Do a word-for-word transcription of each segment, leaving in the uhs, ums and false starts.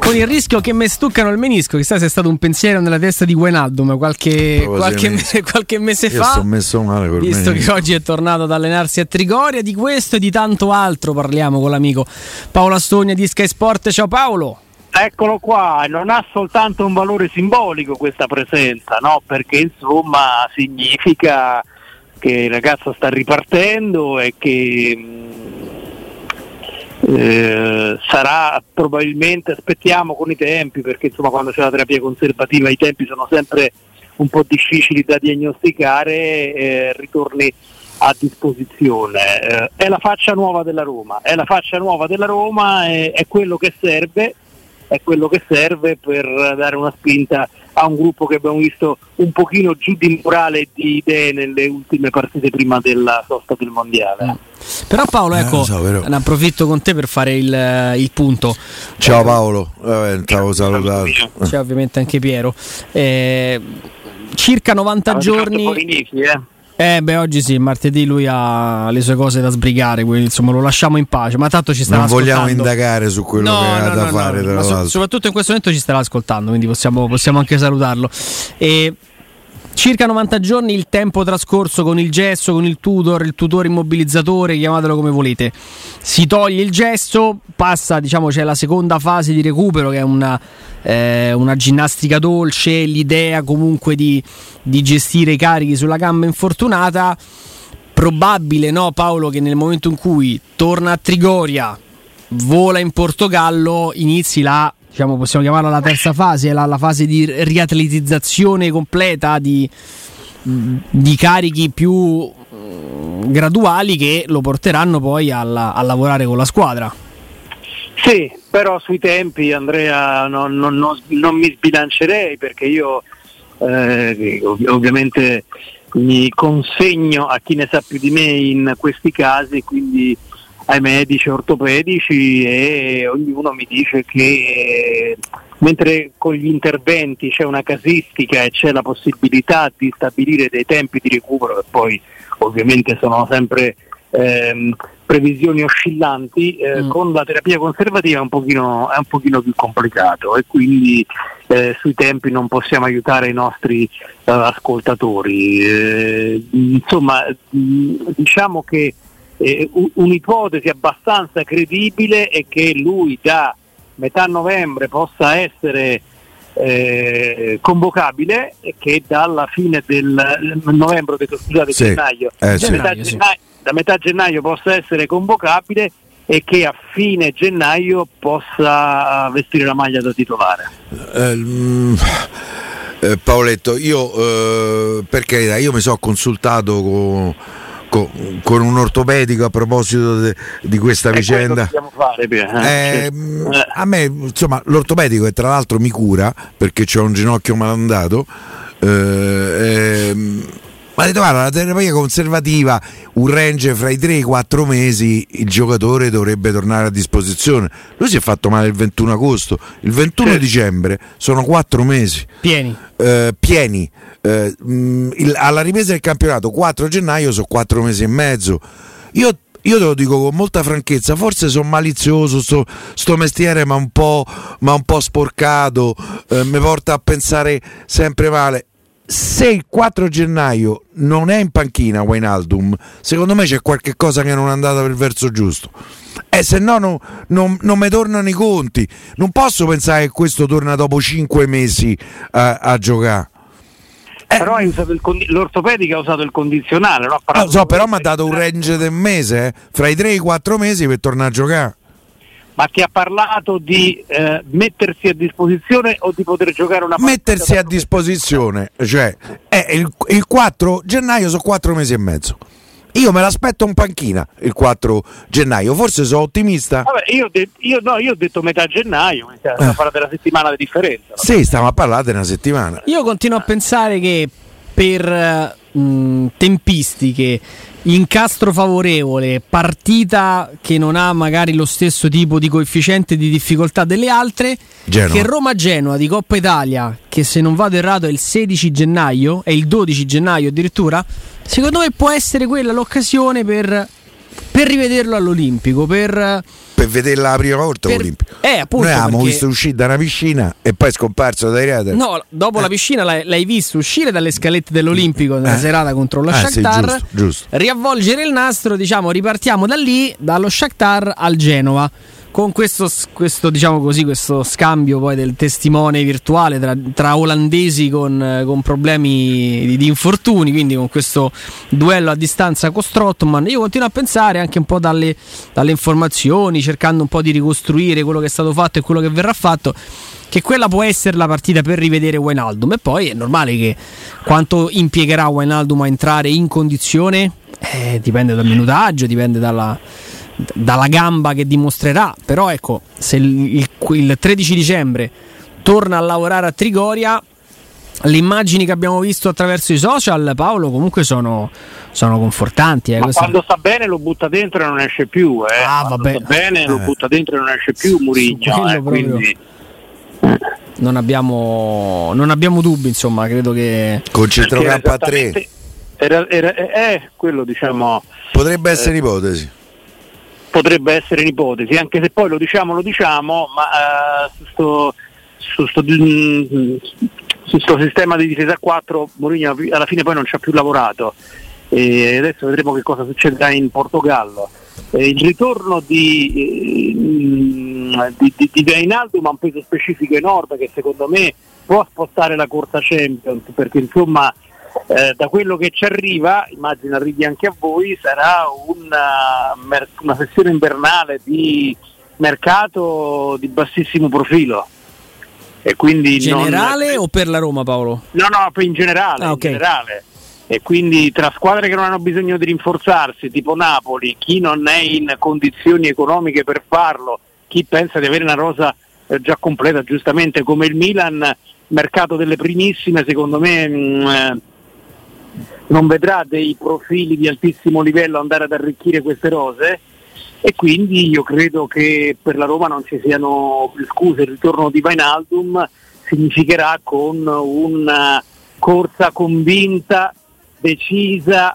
con il rischio che mi stuccano il menisco. Chissà se è stato un pensiero nella testa di Wijnaldum qualche, qualche, mese, qualche mese Io fa. sto messo male col visto menisco. che oggi è tornato ad allenarsi a Trigoria. Di questo e di tanto altro parliamo con l'amico Paolo Astogna di Sky Sport. Ciao Paolo. Eccolo qua, non ha soltanto un valore simbolico questa presenza, no? Perché insomma significa che il ragazzo sta ripartendo e che mh, eh, sarà probabilmente, aspettiamo con i tempi, perché insomma quando c'è la terapia conservativa i tempi sono sempre un po' difficili da diagnosticare, eh, ritorni a disposizione. Eh, è la faccia nuova della Roma, è la faccia nuova della Roma, è, è quello che serve. È quello che serve per dare una spinta a un gruppo che abbiamo visto un pochino giù di morale e di idee nelle ultime partite prima della sosta del mondiale. Mm. Però Paolo, ecco, eh, so, ne approfitto con te per fare il, il punto. Ciao Paolo, eh, stavo salutando. C'è ovviamente anche Piero. Eh, circa novanta Avete giorni. fatto inizi, eh? Eh beh, oggi sì, martedì lui ha le sue cose da sbrigare, quindi insomma lo lasciamo in pace, ma tanto ci starà non ascoltando. vogliamo indagare su quello no, che ha no, da no, fare, no, tra so- l'altro. soprattutto in questo momento ci starà ascoltando, quindi possiamo, possiamo anche salutarlo. E circa novanta giorni il tempo trascorso con il gesso, con il tutor, il tutore immobilizzatore, chiamatelo come volete. Si toglie il gesso, passa, diciamo, c'è la seconda fase di recupero che è una, eh, una ginnastica dolce, l'idea comunque di, di gestire i carichi sulla gamba infortunata. Probabile, no Paolo, che nel momento in cui torna a Trigoria, vola in Portogallo, inizi la, diciamo, possiamo chiamarla la terza fase, la, la fase di riatletizzazione completa, di, di carichi più uh, graduali che lo porteranno poi alla, a lavorare con la squadra. Sì, però sui tempi Andrea non, non, non, non mi sbilancerei, perché io eh, ov- ovviamente mi consegno a chi ne sa più di me in questi casi, quindi ai medici ortopedici, e ognuno mi dice che eh, mentre con gli interventi c'è una casistica e c'è la possibilità di stabilire dei tempi di recupero, che poi ovviamente sono sempre ehm, previsioni oscillanti, eh, mm. con la terapia conservativa è un pochino, è un pochino più complicato, e quindi eh, sui tempi non possiamo aiutare i nostri uh, ascoltatori. Eh, insomma, diciamo che Eh, un'ipotesi abbastanza credibile è che lui da metà novembre possa essere eh, convocabile, e che dalla fine del novembre, ho detto, scusate, sì. gennaio, Eh, da, sì. metà gennaio da metà gennaio possa essere convocabile, e che a fine gennaio possa vestire la maglia da titolare. Eh, mm, eh, Paoletto, io eh, per carità, io mi sono consultato con con un ortopedico a proposito de, di questa è vicenda. Fare, eh? Eh, a me, insomma, l'ortopedico, che tra l'altro mi cura perché c'ho un ginocchio malandato, eh, eh, ma ha detto: guarda, la terapia conservativa, un range fra i tre e i quattro mesi, il giocatore dovrebbe tornare a disposizione. Lui si è fatto male il ventuno agosto, il ventuno sì. dicembre, sono quattro mesi pieni. Eh, pieni. Eh, mh, il, alla ripresa del campionato, quattro gennaio, sono quattro mesi e mezzo. Io Io te lo dico con molta franchezza, forse sono malizioso, sto, sto mestiere mi ha un po', m'ha un po' sporcato, eh, mi porta a pensare sempre male. Se il quattro gennaio non è in panchina Wijnaldum, secondo me c'è qualche cosa che non è andata per il verso giusto. E eh, se no non, non, non mi tornano i conti. Non posso pensare che questo torna dopo cinque mesi a, a giocare. Eh, però hai usato il condi- l'ortopedica ha usato il condizionale, no? Lo so, però mi ha dato un range del mese, eh, fra i tre e i quattro mesi per tornare a giocare. Ma ti ha parlato di eh, mettersi a disposizione o di poter giocare una partita? Mettersi a disposizione, cioè eh, il, il quattro gennaio sono quattro mesi e mezzo. Io me l'aspetto in panchina il quattro gennaio, forse sono ottimista. Vabbè, io, de- io, no, io ho detto metà gennaio, stiamo a parlare della settimana di differenza. Sì, stiamo a parlare di una settimana. Io continuo a pensare che per mh, tempistiche, incastro favorevole, partita che non ha magari lo stesso tipo di coefficiente di difficoltà delle altre, Genoa. Che Roma-Genoa di Coppa Italia, che se non vado errato è il sedici gennaio, è il dodici gennaio addirittura, secondo me può essere quella l'occasione per, per rivederlo all'Olimpico, per per vederla la prima volta per... Olimpico. Eh, appunto, noi avevamo perché... visto uscire da una piscina e poi è scomparso dai radar. No, dopo eh. la piscina l'hai, l'hai visto uscire dalle scalette dell'Olimpico nella eh. serata contro lo eh, Shakhtar, sì, giusto, giusto. riavvolgere il nastro, diciamo, ripartiamo da lì, dallo Shakhtar al Genova. Con questo, questo, diciamo così, questo scambio poi del testimone virtuale tra, tra olandesi con, con problemi di, di infortuni, quindi con questo duello a distanza con Strootman, io continuo a pensare anche un po' dalle, dalle informazioni, cercando un po' di ricostruire quello che è stato fatto e quello che verrà fatto, che quella può essere la partita per rivedere Wijnaldum. E poi è normale che quanto impiegherà Wijnaldum a entrare in condizione eh, dipende dal minutaggio, dipende dalla dalla gamba che dimostrerà, però ecco, se il, il, il tredici dicembre torna a lavorare a Trigoria, le immagini che abbiamo visto attraverso i social, Paolo, comunque sono, sono confortanti. Eh, Ma quando sta bene lo butta dentro e non esce più, eh. ah, quando vabbè. sta bene eh. lo butta dentro e non esce più Mourinho, eh, quindi... non abbiamo non abbiamo dubbi, insomma, credo che con centrocampo a tre era, era, è quello, diciamo, potrebbe essere eh, un'ipotesi. Potrebbe essere un'ipotesi, anche se poi lo diciamo, lo diciamo, ma uh, su sto, su sto, mm, su sto sistema di difesa a quattro Mourinho alla fine poi non ci ha più lavorato, e adesso vedremo che cosa succederà in Portogallo. Eh, il ritorno di, eh, di, di, di Wijnaldum ha un peso specifico enorme che secondo me può spostare la corsa Champions, perché insomma Eh, da quello che ci arriva, immagino arrivi anche a voi, sarà una, una sessione invernale di mercato di bassissimo profilo. E quindi generale non... o per la Roma, Paolo? No, no, in generale, ah, okay. in generale. E quindi tra squadre che non hanno bisogno di rinforzarsi, tipo Napoli, chi non è in condizioni economiche per farlo, chi pensa di avere una rosa eh, già completa, giustamente come il Milan, mercato delle primissime, secondo me mh, eh, non vedrà dei profili di altissimo livello andare ad arricchire queste rose, e quindi io credo che per la Roma non ci siano scuse. Il ritorno di Wijnaldum significherà con una corsa convinta, decisa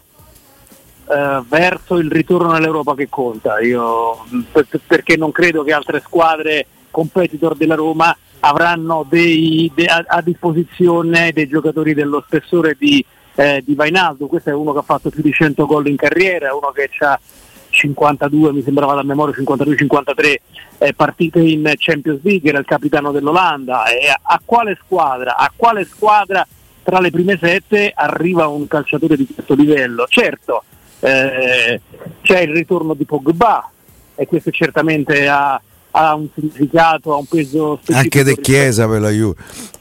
eh, verso il ritorno nell'Europa che conta. Io per, perché non credo che altre squadre competitor della Roma avranno dei, de, a, a disposizione dei giocatori dello spessore di Eh, di Wijnaldum. Questo è uno che ha fatto più di cento gol in carriera, uno che ha cinquantadue, mi sembrava da memoria cinquantadue cinquantatré eh, partite in Champions League, era il capitano dell'Olanda. E a, a quale squadra a quale squadra tra le prime sette arriva un calciatore di questo livello? Certo, eh, c'è il ritorno di Pogba, e questo certamente ha, ha un significato, ha un peso specifico. Anche De Chiesa per la Juve.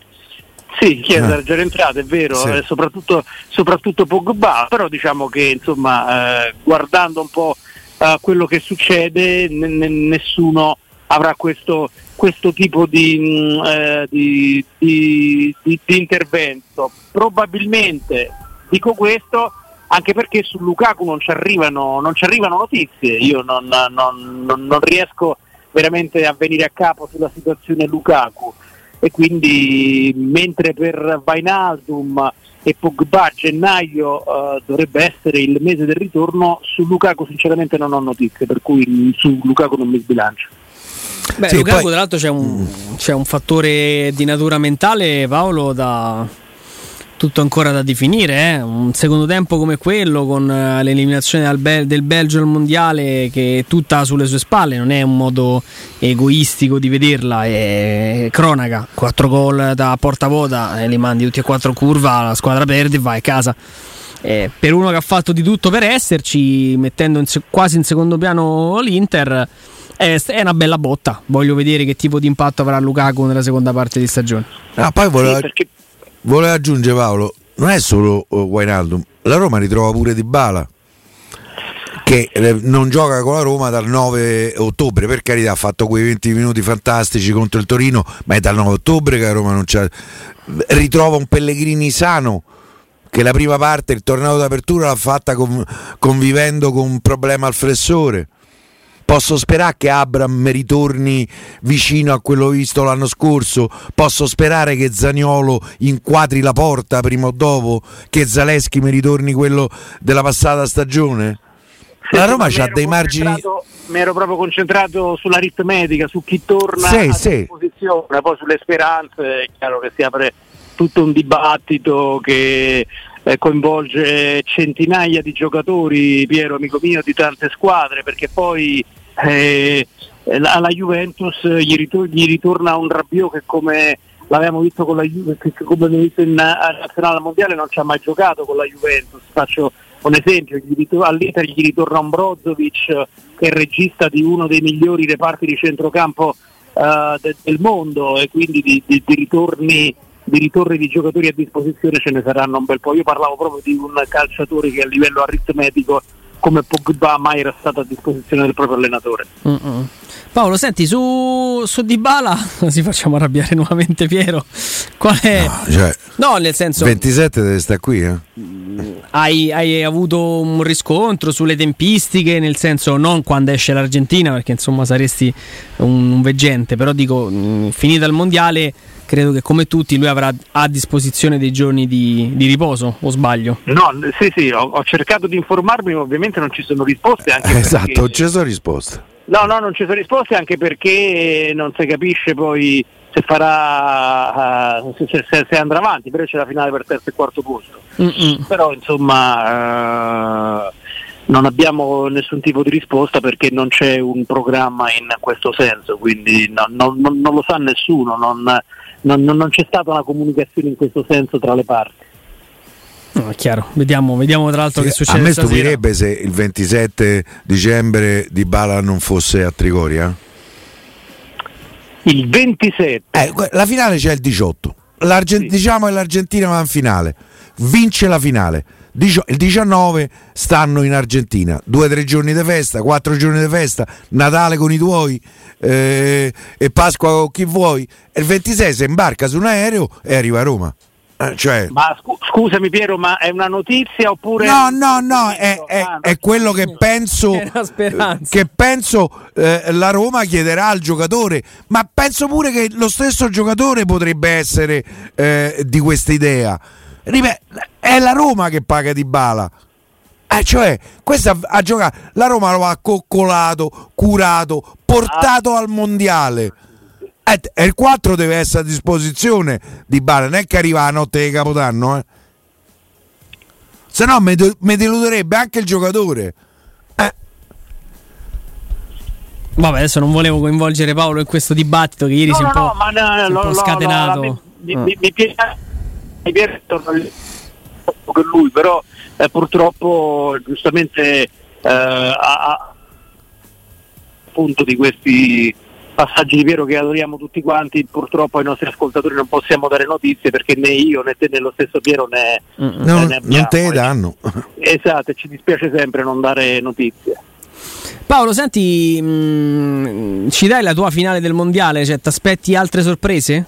Sì, Chiesa era già rientrato, è vero, sì. eh, soprattutto, soprattutto Pogba, però diciamo che insomma eh, guardando un po' eh, quello che succede, n- n- nessuno avrà questo, questo tipo di, mh, eh, di, di, di, di intervento. Probabilmente dico questo anche perché su Lukaku non ci arrivano, non ci arrivano notizie, io non, non, non, non riesco veramente a venire a capo sulla situazione Lukaku. E quindi mentre per Wijnaldum e Pogba gennaio uh, dovrebbe essere il mese del ritorno, su Lukaku sinceramente non ho notizie, per cui su Lukaku non mi sbilancio. Beh, sì, Lukaku poi... tra l'altro c'è un, c'è un fattore di natura mentale, Paolo, da tutto ancora da definire, eh? Un secondo tempo come quello, con uh, l'eliminazione del, Bel- del Belgio al mondiale, che è tutta sulle sue spalle, non è un modo egoistico di vederla, è cronaca. Quattro gol da porta vuota, eh, li mandi tutti e quattro curva, la squadra perde e vai a casa. Eh, per uno che ha fatto di tutto per esserci, mettendo in se- quasi in secondo piano l'Inter, è, è una bella botta. Voglio vedere che tipo di impatto avrà Lukaku nella seconda parte di stagione. Ah, poi voleva... Sì, perché... Voleva aggiungere Paolo, non è solo uh, Wijnaldum, la Roma ritrova pure Dybala, che eh, non gioca con la Roma dal nove ottobre, per carità ha fatto quei venti minuti fantastici contro il Torino, ma è dal nove ottobre che la Roma non c'è. Ritrova un Pellegrini sano, che la prima parte, il torneo d'apertura l'ha fatta con, convivendo con un problema al flessore. Posso sperare che Abraham mi ritorni vicino a quello visto l'anno scorso? Posso sperare che Zaniolo inquadri la porta prima o dopo? Che Zaleschi mi ritorni quello della passata stagione? La Roma c'ha dei margini. Mi ero proprio concentrato sull'aritmetica, su chi torna sì, a sì. disposizione, poi sulle speranze. È chiaro che si apre tutto un dibattito che eh, coinvolge centinaia di giocatori, Piero amico mio, di tante squadre, perché poi eh, alla Juventus gli, ritor- gli ritorna un Rabiot che, come l'avevamo visto con la Juve, che come abbiamo visto in uh, nazionale mondiale, non ci ha mai giocato con la Juventus. Faccio un esempio, gli ritor- all'Inter gli ritorna un Brozovic che è il regista di uno dei migliori reparti di centrocampo uh, de- del mondo, e quindi di, di, di ritorni di ritorni di giocatori a disposizione ce ne saranno un bel po'. Io parlavo proprio di un calciatore che a livello aritmetico come Pogba mai era stato a disposizione del proprio allenatore. Mm-mm. Paolo, senti, su, su Dybala, così facciamo arrabbiare nuovamente Piero. Qual è? No, cioè, no, nel senso, ventisette deve stare qui, eh? hai, hai avuto un riscontro sulle tempistiche, nel senso non quando esce l'Argentina, perché insomma saresti un, un veggente, però dico, mh, finita il mondiale, credo che come tutti lui avrà a disposizione dei giorni di, di riposo, o sbaglio? No, sì sì, ho, ho cercato di informarmi, ma ovviamente non ci sono risposte. Anche esatto, perché... non ci sono risposte. No, no, non ci sono risposte, anche perché non si capisce poi se farà uh, se, se, se andrà avanti, però c'è la finale per terzo e quarto posto. Mm-mm. Però insomma uh, non abbiamo nessun tipo di risposta, perché non c'è un programma in questo senso, quindi no, no, non, non lo sa nessuno, non, non, non c'è stata una comunicazione in questo senso tra le parti. No, è chiaro, vediamo, vediamo tra l'altro sì, che succede. A me stasera. stupirebbe se il ventisette dicembre Dybala non fosse a Trigoria. Il ventisette Eh, la finale c'è il diciotto. L'Argent- sì. Diciamo che l'Argentina va in finale, vince la finale. Dicio- il diciannove stanno in Argentina, due o tre giorni di festa, quattro giorni di festa, Natale con i tuoi eh, e Pasqua con chi vuoi. E il ventisei si imbarca su un aereo e arriva a Roma. Cioè... Ma scu- scusami Piero, ma è una notizia oppure? No, no, no, è, è, è quello che penso. Che penso eh, la Roma chiederà al giocatore, ma penso pure che lo stesso giocatore potrebbe essere eh, di questa idea. È la Roma che paga Dybala. Eh, cioè, questa ha giocato, la Roma lo ha coccolato, curato, portato ah. al mondiale. E il quattro deve essere a disposizione di Dybala, non è che arriva la notte di Capodanno, eh. Se no mi, de- mi deluderebbe anche il giocatore. Eh. Vabbè, adesso non volevo coinvolgere Paolo in questo dibattito che ieri no, si è un no, po', no, ma no, si è un no, po' no, scatenato. No, no, mi, mi, mi piace mi piace che lui, però eh, purtroppo giustamente eh, ha appunto di questi passaggi di Piero che adoriamo tutti quanti, purtroppo ai nostri ascoltatori non possiamo dare notizie, perché né io né te né lo stesso Piero ne, mm-hmm. no, ne abbiamo, non te ne danno. Esatto, ci dispiace sempre non dare notizie. Paolo, senti, mh, ci dai la tua finale del mondiale? Cioè, ti aspetti altre sorprese?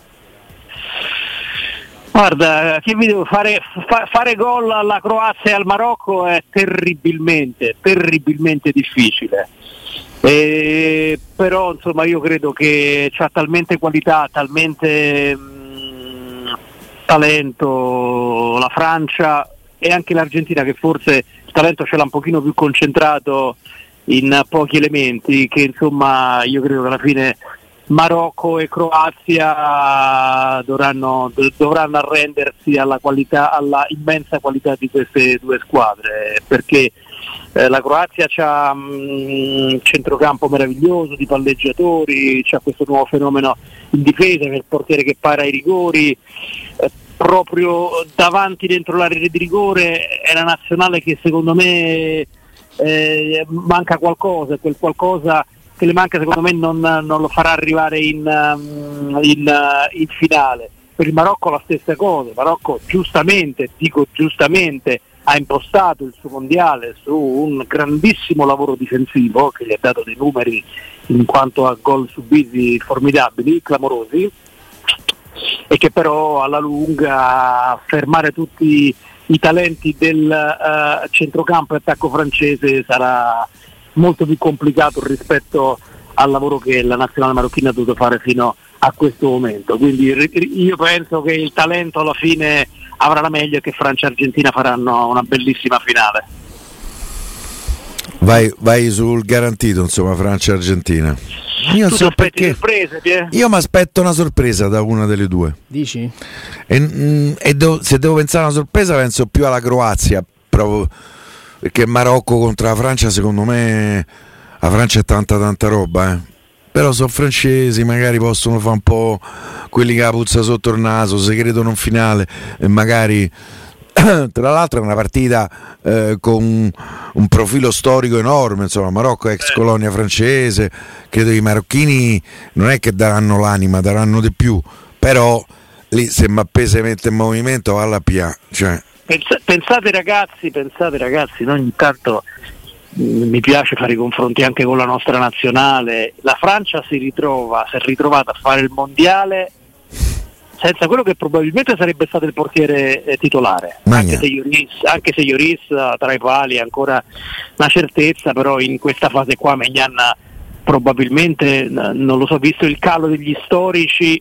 Guarda, che vi devo fare, fa, fare gol alla Croazia e al Marocco è terribilmente, terribilmente difficile. Eh, però insomma io credo che c'ha talmente qualità, talmente mh, talento la Francia e anche l'Argentina, che forse il talento ce l'ha un pochino più concentrato in pochi elementi, che insomma io credo che alla fine Marocco e Croazia dovranno, dovranno arrendersi alla qualità, alla immensa qualità di queste due squadre, perché eh, la Croazia c'ha un centrocampo meraviglioso di palleggiatori, c'ha questo nuovo fenomeno in difesa, che è il portiere che para i rigori, eh, proprio davanti dentro la rete di rigore è la nazionale che secondo me eh, manca qualcosa, quel qualcosa che le manca secondo me non, non lo farà arrivare in, in, in finale. Per il Marocco la stessa cosa, il Marocco giustamente, dico giustamente, ha impostato il suo mondiale su un grandissimo lavoro difensivo che gli ha dato dei numeri in quanto a gol subiti formidabili, clamorosi, e che però alla lunga fermare tutti i talenti del uh, centrocampo e attacco francese sarà molto più complicato rispetto al lavoro che la nazionale marocchina ha dovuto fare fino a questo momento. Quindi io penso che il talento alla fine avrà la meglio e che Francia e Argentina faranno una bellissima finale. Vai, vai sul garantito, insomma, Francia e Argentina. Io tu so perché sorprese, Pie? Io mi aspetto una sorpresa da una delle due. Dici? E, mm, e devo, se devo pensare a una sorpresa penso più alla Croazia, proprio perché Marocco contro la Francia, secondo me la Francia è tanta tanta roba, eh. Però sono francesi, magari possono fare un po' quelli che la puzza sotto il naso, se credono in finale e magari tra l'altro è una partita eh, con un profilo storico enorme, insomma, Marocco è ex colonia francese, credo che i marocchini non è che daranno l'anima, daranno di più, però lì se Mbappé si mette in movimento va alla P A, cioè. Pensate ragazzi, pensate ragazzi, no? Ogni tanto mh, mi piace fare i confronti anche con la nostra nazionale. La Francia si ritrova, si è ritrovata a fare il mondiale senza quello che probabilmente sarebbe stato il portiere eh, titolare, anche se, Lloris, anche se Lloris tra i pali è ancora una certezza, però in questa fase qua Maignan probabilmente, non lo so, visto il calo degli storici,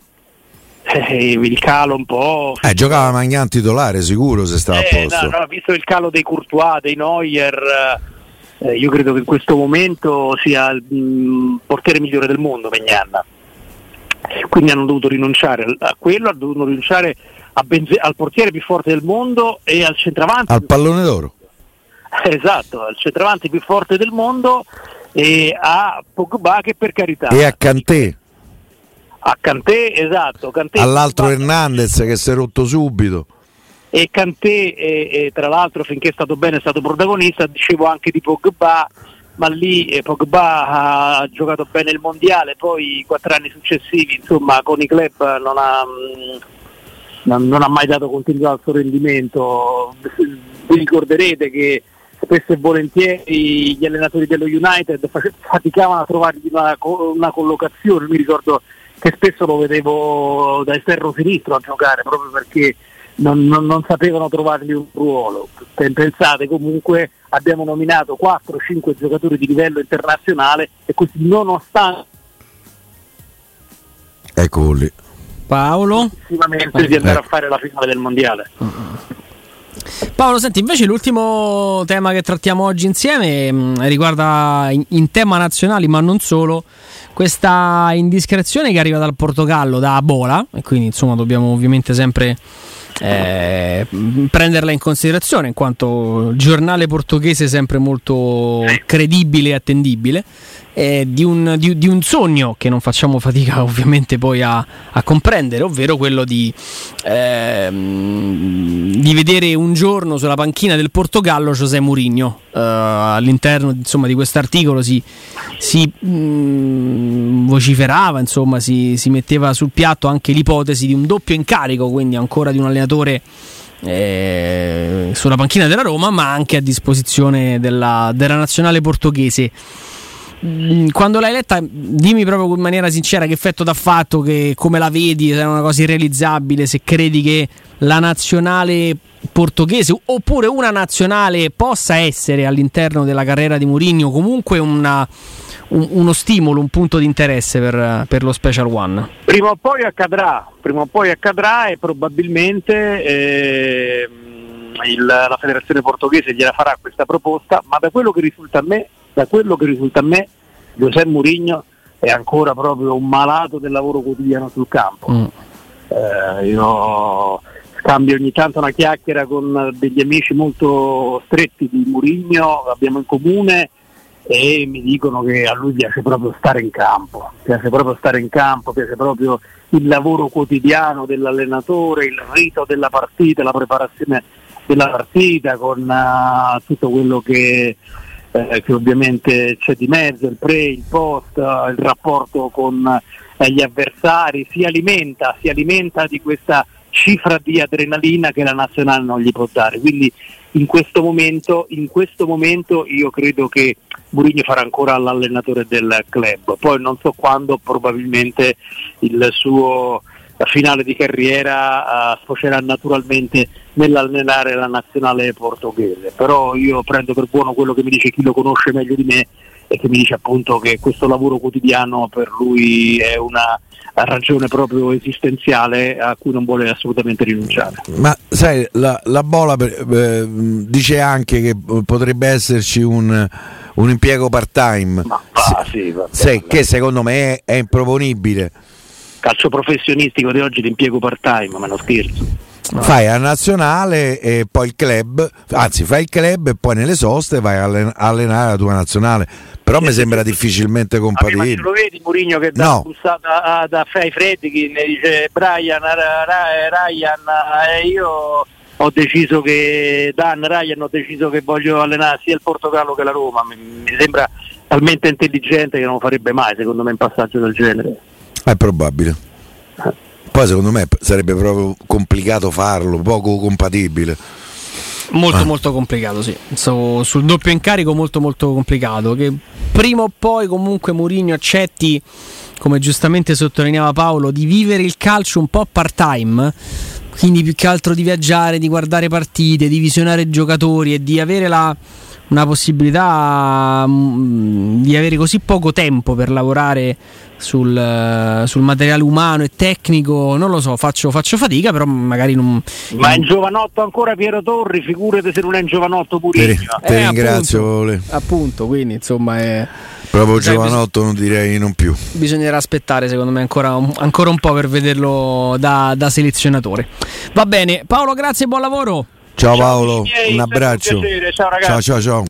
eh, il calo un po'... Eh, giocava Maignan titolare sicuro se stava eh, a posto. No, no, visto il calo dei Courtois, dei Neuer, eh, io credo che in questo momento sia il mh, portiere migliore del mondo Maignan. Quindi hanno dovuto rinunciare a quello, hanno dovuto rinunciare a Benze- al portiere più forte del mondo e al centravanti al pallone d'oro. Esatto, al centravanti più forte del mondo e a Pogba, che per carità, e a Kanté, a Kanté, esatto, Kanté, all'altro Pogba, Hernandez che si è rotto subito, e Kanté e, e tra l'altro finché è stato bene è stato protagonista, dicevo anche di Pogba, ma lì eh, Pogba ha giocato bene il mondiale, poi i quattro anni successivi insomma con i club non ha, mh, non, non ha mai dato continuità al suo rendimento. Vi ricorderete che spesso e volentieri gli allenatori dello United faticavano a trovargli una, una collocazione. Mi ricordo che spesso lo vedevo da esterno sinistro a giocare proprio perché Non, non, non sapevano trovargli un ruolo. Pensate, comunque abbiamo nominato quattro cinque giocatori di livello internazionale e questi nonostante ecco lì Paolo sicuramente di andare a fare la finale del mondiale. Paolo, senti, invece l'ultimo tema che trattiamo oggi insieme mh, riguarda in, in tema nazionali ma non solo questa indiscrezione che arriva dal Portogallo, da Abola, e quindi insomma dobbiamo ovviamente sempre Eh, prenderla in considerazione in quanto giornale portoghese sempre molto credibile e attendibile, eh, di, un, di, di un sogno che non facciamo fatica ovviamente poi a, a comprendere, ovvero quello di, eh, di vedere un giorno sulla panchina del Portogallo José Mourinho. eh, all'interno insomma di questo articolo si, si mh, vociferava, insomma si, si metteva sul piatto anche l'ipotesi di un doppio incarico, quindi ancora di un allenatore eh, sulla panchina della Roma ma anche a disposizione della, della nazionale portoghese. Quando l'hai letta, dimmi proprio in maniera sincera che effetto t'ha fatto, che come la vedi, se è una cosa irrealizzabile, se credi che la nazionale portoghese oppure una nazionale possa essere all'interno della carriera di Mourinho comunque una, un, uno stimolo, un punto di interesse per, per lo Special One. Prima o poi accadrà, prima o poi accadrà e probabilmente eh, il, la federazione portoghese gliela farà questa proposta, ma da quello che risulta a me da quello che risulta a me José Mourinho è ancora proprio un malato del lavoro quotidiano sul campo. mm. eh, io scambio ogni tanto una chiacchiera con degli amici molto stretti di Mourinho, abbiamo in comune, e mi dicono che a lui piace proprio stare in campo piace proprio stare in campo piace proprio il lavoro quotidiano dell'allenatore, il rito della partita, la preparazione della partita con uh, tutto quello che Eh, che ovviamente c'è di mezzo, il pre, il post, eh, il rapporto con eh, gli avversari, si alimenta, si alimenta di questa cifra di adrenalina che la nazionale non gli può dare. Quindi in questo momento, in questo momento io credo che Mourinho farà ancora l'allenatore del club, poi non so quando, probabilmente il suo finale di carriera uh, sfocerà naturalmente nell'allenare la nazionale portoghese, però io prendo per buono quello che mi dice chi lo conosce meglio di me e che mi dice appunto che questo lavoro quotidiano per lui è una ragione proprio esistenziale a cui non vuole assolutamente rinunciare. Ma sai, la, la Bola eh, dice anche che potrebbe esserci un, un impiego part-time. Ma, ah, sì, vabbè, se, che secondo me è, è improponibile. Calcio professionistico di oggi l'impiego part-time, ma non scherzo. No. Fai la nazionale e poi il club, anzi fai il club e poi nelle soste vai a allen- allenare la tua nazionale. Però sì, mi sembra difficilmente compatibile. Ma lo vedi Mourinho che dà no. bussata da Fai Fredkin e dice Brian, Ryan, e io ho deciso che Dan Ryan ho deciso che voglio allenare sia il Portogallo che la Roma. Mi, mi sembra talmente intelligente che non lo farebbe mai, secondo me, un passaggio del genere. È probabile. Poi secondo me sarebbe proprio complicato farlo, poco compatibile. Molto ah. molto complicato, sì. So, sul doppio incarico molto molto complicato. Che prima o poi comunque Mourinho accetti, come giustamente sottolineava Paolo, di vivere il calcio un po' part-time. Quindi più che altro di viaggiare, di guardare partite, di visionare giocatori e di avere la, una possibilità mh, di avere così poco tempo per lavorare sul, sul materiale umano e tecnico. Non lo so, faccio, faccio fatica, però magari non... Ma è in giovanotto ancora Piero Torri, figurate se non è in giovanotto Mourinho. Te, te eh, ringrazio appunto, appunto, quindi insomma è... proprio giovanotto bis- non direi non più. Bisognerà aspettare secondo me ancora un, ancora un po' per vederlo da, da selezionatore. Va bene, Paolo, grazie e buon lavoro. Ciao Paolo, ciao, un abbraccio. Un piacere, ciao ragazzi. Ciao ciao ciao.